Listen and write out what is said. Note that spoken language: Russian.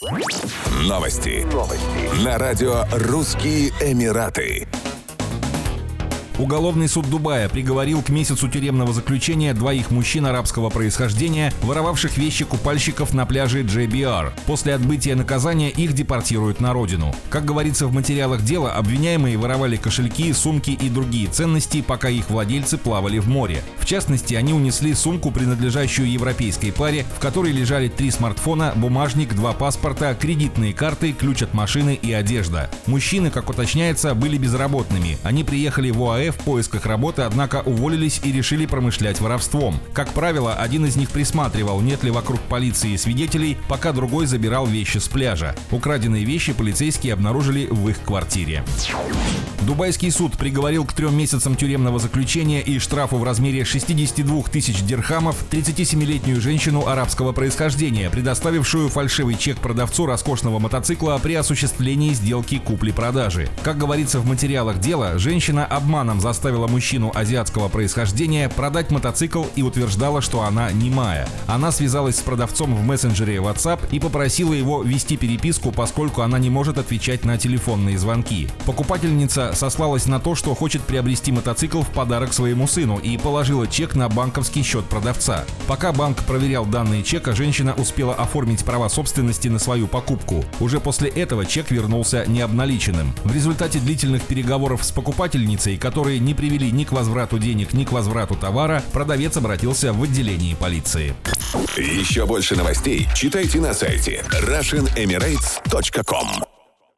Новости. На радио «Русские Эмираты». Уголовный суд Дубая приговорил к месяцу тюремного заключения двоих мужчин арабского происхождения, воровавших вещи купальщиков на пляже JBR. После отбытия наказания их депортируют на родину. Как говорится в материалах дела, обвиняемые воровали кошельки, сумки и другие ценности, пока их владельцы плавали в море. В частности, они унесли сумку, принадлежащую европейской паре, в которой лежали 3 смартфона, бумажник, 2 паспорта, кредитные карты, ключ от машины и одежда. Мужчины, как уточняется, были безработными. Они приехали в ОАЭ в поисках работы, однако уволились и решили промышлять воровством. Как правило, один из них присматривал, нет ли вокруг полиции свидетелей, пока другой забирал вещи с пляжа. Украденные вещи полицейские обнаружили в их квартире. Дубайский суд приговорил к 3 месяцам тюремного заключения и штрафу в размере 62 тысяч дирхамов 37-летнюю женщину арабского происхождения, предоставившую фальшивый чек продавцу роскошного мотоцикла при осуществлении сделки купли-продажи. Как говорится в материалах дела, женщина обманом заставила мужчину азиатского происхождения продать мотоцикл и утверждала, что она немая. Она связалась с продавцом в мессенджере WhatsApp и попросила его вести переписку, поскольку она не может отвечать на телефонные звонки. Покупательница сослалась на то, что хочет приобрести мотоцикл в подарок своему сыну, и положила чек на банковский счет продавца. Пока банк проверял данные чека, женщина успела оформить права собственности на свою покупку. Уже после этого чек вернулся необналиченным. В результате длительных переговоров с покупательницей, которые не привели ни к возврату денег, ни к возврату товара, продавец обратился в отделение полиции. Еще больше новостей читайте на сайте RussianEmirates.com.